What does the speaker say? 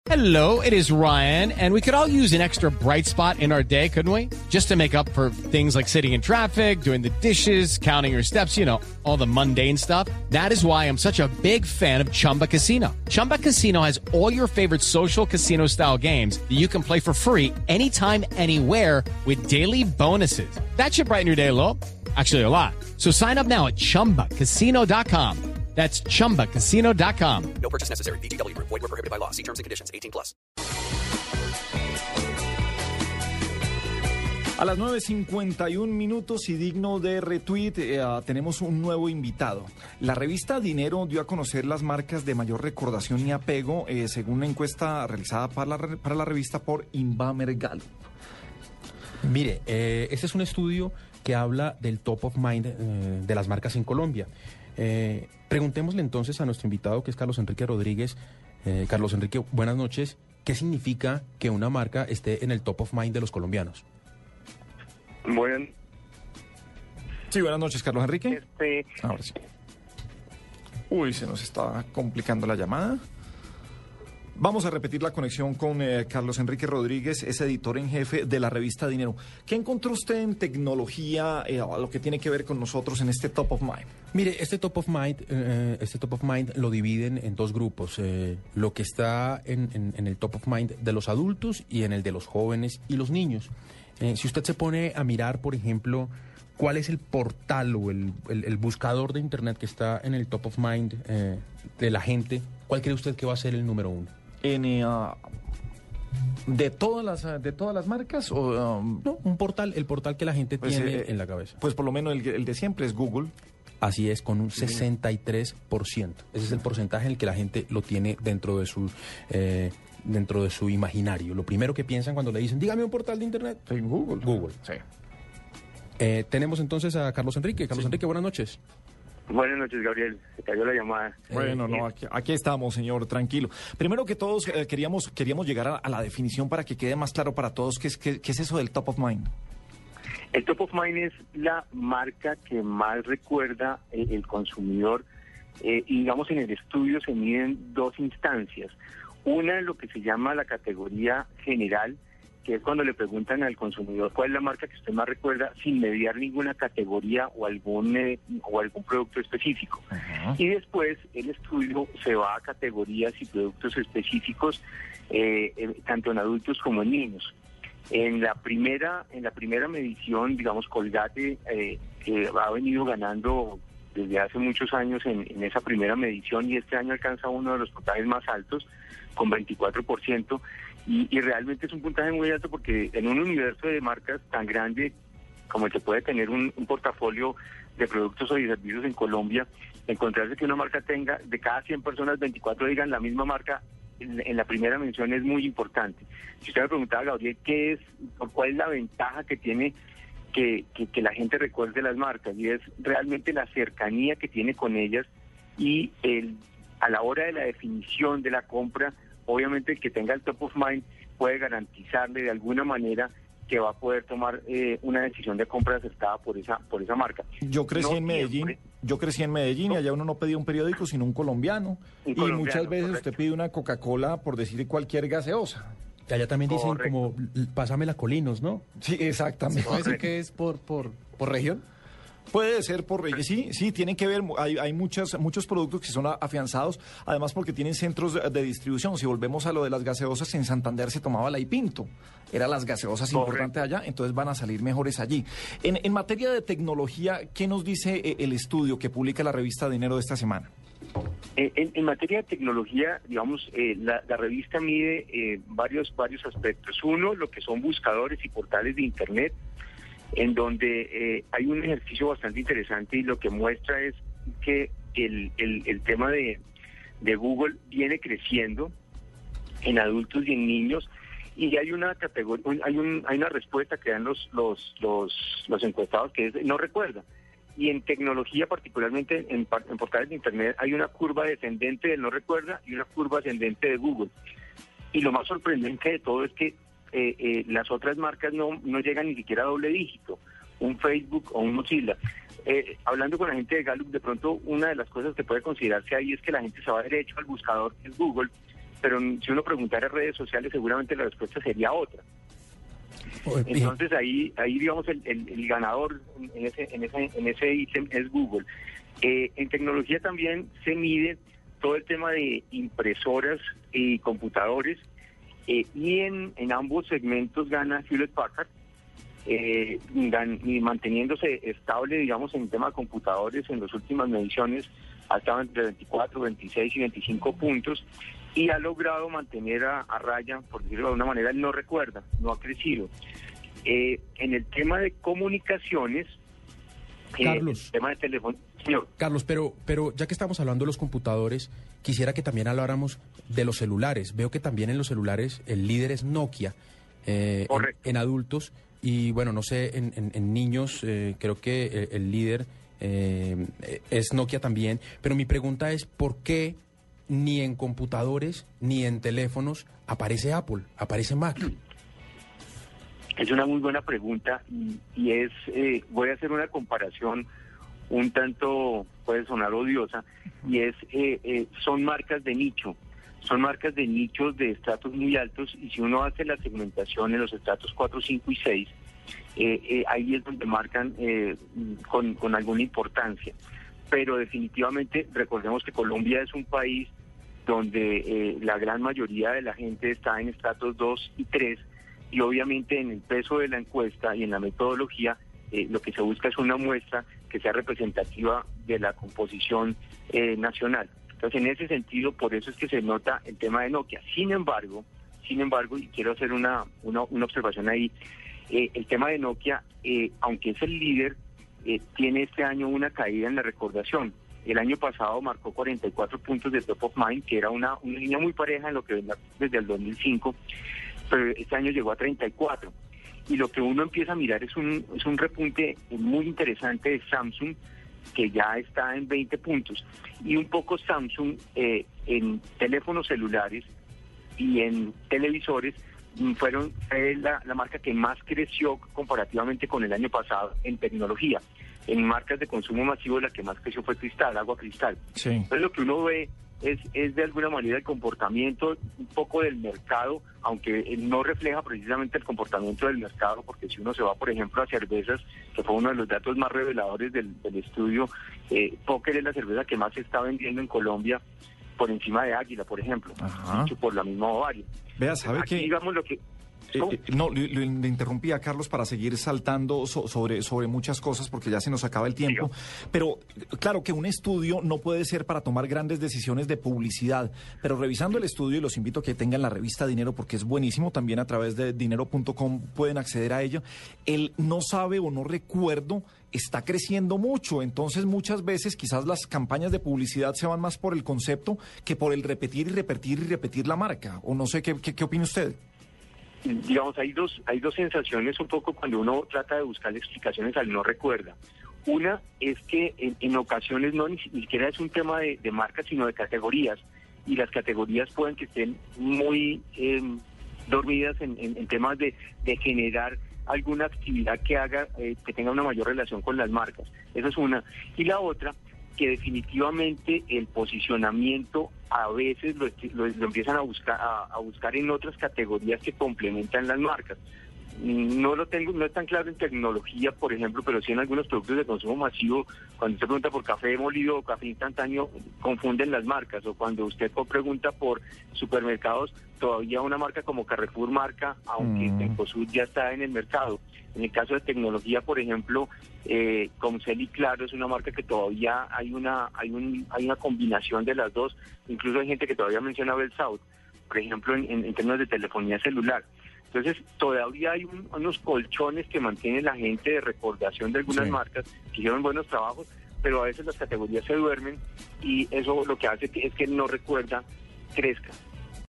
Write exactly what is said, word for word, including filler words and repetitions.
Hello, it is Ryan, and we could all use an extra bright spot in our day, couldn't we? Just to make up for things like sitting in traffic, doing the dishes, counting your steps, you know, all the mundane stuff. That is why I'm such a big fan of Chumba Casino. Chumba Casino has all your favorite social casino-style games that you can play for free anytime, anywhere with daily bonuses. That should brighten your day a little. Actually, a lot. So sign up now at chumba casino dot com. That's chumba casino dot com. No purchase necessary. V G W Group. Void where prohibited by law. See terms and conditions. eighteen plus. A las nueve cincuenta y un minutos y digno de retweet, eh, tenemos un nuevo invitado. La revista Dinero dio a conocer las marcas de mayor recordación y apego, eh, según una encuesta realizada para la, para la revista por Inbamer Gallup. Mire, eh, este es un estudio que habla del top of mind eh, de las marcas en Colombia. Eh, preguntémosle entonces a nuestro invitado, que es Carlos Enrique Rodríguez. Eh, Carlos Enrique, buenas noches. ¿Qué significa que una marca esté en el top of mind de los colombianos? Bueno. Sí, buenas noches, Carlos Enrique. Este... Ahora sí. Uy, se nos está complicando la llamada. Vamos a repetir la conexión con eh, Carlos Enrique Rodríguez, es editor en jefe de la revista Dinero. ¿Qué encontró usted en tecnología, eh, lo que tiene que ver con nosotros en este Top of Mind? Mire, este Top of Mind, eh, este Top of Mind lo dividen en dos grupos. Eh, lo que está en, en, en el Top of Mind de los adultos y en el de los jóvenes y los niños. Eh, si usted se pone a mirar, por ejemplo, cuál es el portal o el, el, el buscador de Internet que está en el Top of Mind eh, de la gente, ¿cuál cree usted que va a ser el número uno? En, uh, ¿De todas las de todas las marcas? O, um, no, un portal, el portal que la gente pues, tiene eh, en la cabeza. Pues por lo menos el, el de siempre es Google. Así es, con un sesenta y tres por ciento. Ese es el porcentaje en el que la gente lo tiene dentro de su eh, dentro de su imaginario. Lo primero que piensan cuando le dicen, dígame un portal de Internet. En Google. Google. Sí. Eh, tenemos entonces a Carlos Enrique. Carlos sí. Enrique, buenas noches. Buenas noches, Gabriel. Se cayó la llamada. Bueno, no, aquí, aquí estamos, señor, tranquilo. Primero que todos, eh, queríamos queríamos llegar a, a la definición para que quede más claro para todos qué es, qué, qué es eso del top of mind. El top of mind es la marca que más recuerda eh, el consumidor. Eh, y digamos, en el estudio se miden dos instancias. Una es lo que se llama la categoría general, que es cuando le preguntan al consumidor cuál es la marca que usted más recuerda sin mediar ninguna categoría o algún eh, o algún producto específico. Uh-huh. Y después el estudio se va a categorías y productos específicos, eh, eh, tanto en adultos como en niños. En la primera en la primera medición, digamos, Colgate eh, eh, ha venido ganando desde hace muchos años en, en esa primera medición, y este año alcanza uno de los puntajes más altos, con veinticuatro por ciento. Y, y realmente es un puntaje muy alto porque en un universo de marcas tan grande como el que puede tener un, un portafolio de productos o de servicios en Colombia, encontrarse que una marca tenga, de cada cien personas, veinticuatro digan la misma marca en, en la primera mención es muy importante. Si usted me preguntaba, Gabriel, ¿qué es, cuál es la ventaja que tiene que, que, que la gente recuerde las marcas? Y es realmente la cercanía que tiene con ellas, y el a la hora de la definición de la compra, obviamente el que tenga el top of mind puede garantizarle de alguna manera que va a poder tomar eh, una decisión de compra acertada por esa por esa marca. Yo crecí no en Medellín, siempre. yo crecí en Medellín no. y allá uno no pedía un periódico sino un colombiano. Un y colombiano, muchas veces correcto. Usted pide una Coca-Cola por decir cualquier gaseosa. Allá también dicen Correcto. como, pásame la Colinos, ¿no? Sí, exactamente. ¿Puede ser que es por, por, por región? Puede ser por reyes, sí, sí, tienen que ver, hay, hay muchas, muchos productos que son afianzados, además porque tienen centros de, de distribución. Si volvemos a lo de las gaseosas, en Santander se tomaba la Ipinto, eran las gaseosas Correcto. importantes allá, entonces van a salir mejores allí. En, en materia de tecnología, ¿qué nos dice eh, el estudio que publica la revista Dinero de esta semana? Eh, en, en materia de tecnología, digamos, eh, la, la revista mide eh, varios, varios aspectos. Uno, lo que son buscadores y portales de Internet, en donde eh, hay un ejercicio bastante interesante, y lo que muestra es que el, el, el tema de, de Google viene creciendo en adultos y en niños, y hay una categoría, hay un, hay una respuesta que dan los, los, los, los encuestados, que es no recuerda. Y en tecnología, particularmente en, en portales de Internet, hay una curva descendente del no recuerda y una curva ascendente de Google. Y lo más sorprendente de todo es que Eh, eh, las otras marcas no, no llegan ni siquiera a doble dígito, un Facebook o un Mozilla. Eh, hablando con la gente de Gallup, de pronto una de las cosas que puede considerarse ahí es que la gente se va derecho al buscador, que es Google, pero si uno preguntara en redes sociales seguramente la respuesta sería otra. Entonces ahí, ahí digamos, el, el, el ganador en ese, en ese, en ese ítem es Google. Eh, en tecnología también se mide todo el tema de impresoras y computadores, eh, y en, en ambos segmentos gana Hewlett Packard, eh, gan, y manteniéndose estable, digamos, en el tema de computadores. En las últimas mediciones ha estado entre veinticuatro, veintiséis y veinticinco puntos, y ha logrado mantener a, a raya, por decirlo de alguna manera, él no recuerda, no ha crecido. Eh, en el tema de comunicaciones, Carlos, eh, el tema de teléfono, señor. Carlos, pero, pero ya que estamos hablando de los computadores, quisiera que también habláramos de los celulares. Veo que también en los celulares el líder es Nokia, eh, en, en adultos, y bueno, no sé, en, en, en niños eh, creo que el, el líder eh, es Nokia también, pero mi pregunta es, ¿por qué ni en computadores ni en teléfonos aparece Apple, aparece Mac? Es una muy buena pregunta, y, y es, eh, voy a hacer una comparación un tanto, puede sonar odiosa, y es, eh, eh, son marcas de nicho, son marcas de nichos de estratos muy altos, y si uno hace la segmentación en los estratos cuatro, cinco y seis, eh, eh, ahí es donde marcan eh, con, con alguna importancia. Pero definitivamente recordemos que Colombia es un país donde eh, la gran mayoría de la gente está en estratos dos y tres, y obviamente en el peso de la encuesta y en la metodología eh, lo que se busca es una muestra que sea representativa de la composición eh, nacional. Entonces, en ese sentido, por eso es que se nota el tema de Nokia. Sin embargo, sin embargo, y quiero hacer una, una, una observación ahí, eh, el tema de Nokia, eh, aunque es el líder, eh, tiene este año una caída en la recordación. El año pasado marcó cuarenta y cuatro puntos de top of mind, que era una, una línea muy pareja en lo que venía desde el dos mil cinco, pero este año llegó a treinta y cuatro. Y lo que uno empieza a mirar es un, es un repunte muy interesante de Samsung, que ya está en veinte puntos. Y un poco Samsung eh, en teléfonos celulares y en televisores fueron fue la, la marca que más creció comparativamente con el año pasado en tecnología. En marcas de consumo masivo la que más creció fue Cristal, Agua Cristal. Sí. Entonces lo que uno ve es, es de alguna manera el comportamiento un poco del mercado, aunque no refleja precisamente el comportamiento del mercado, porque si uno se va, por ejemplo, a cervezas, que fue uno de los datos más reveladores del, del estudio, eh, Póker es la cerveza que más se está vendiendo en Colombia, por encima de Águila, por ejemplo, dicho por la misma Bavaria. Vea, ¿sabe Aquí, qué? digamos lo que... Eh, eh, no, le, le interrumpí a Carlos para seguir saltando so, sobre, sobre muchas cosas porque ya se nos acaba el tiempo. Sí. Pero claro que un estudio no puede ser para tomar grandes decisiones de publicidad, pero revisando el estudio, y los invito a que tengan la revista Dinero porque es buenísimo, también a través de dinero punto com pueden acceder a ella. Él no sabe o no recuerdo, está creciendo mucho, entonces muchas veces quizás las campañas de publicidad se van más por el concepto que por el repetir y repetir y repetir la marca, o no sé, ¿qué, qué, qué opina usted? Digamos, hay dos, hay dos sensaciones un poco cuando uno trata de buscar explicaciones al no recuerda. Una es que en, en ocasiones no ni, ni siquiera es un tema de, de marcas, sino de categorías, y las categorías pueden que estén muy eh, dormidas en, en, en temas de, de generar alguna actividad que haga, eh, que tenga una mayor relación con las marcas. Esa es una. Y la otra, que definitivamente el posicionamiento a veces lo, lo, lo empiezan a buscar a, a buscar en otras categorías que complementan las marcas. No lo tengo, no es tan claro en tecnología, por ejemplo, pero sí en algunos productos de consumo masivo. Cuando usted pregunta por café molido o café instantáneo, confunden las marcas. O cuando usted pregunta por supermercados, todavía una marca como Carrefour marca, aunque mm. Cencosud ya está en el mercado. En el caso de tecnología, por ejemplo, eh, Comcel y Claro es una marca que todavía hay una hay un hay una combinación de las dos. Incluso hay gente que todavía menciona Bell South, por ejemplo, en, en, en términos de telefonía celular. Entonces, todavía hay un, unos colchones que mantiene la gente de recordación de algunas sí. marcas que hicieron buenos trabajos, pero a veces las categorías se duermen y eso lo que hace que, es que el no recuerda crezca.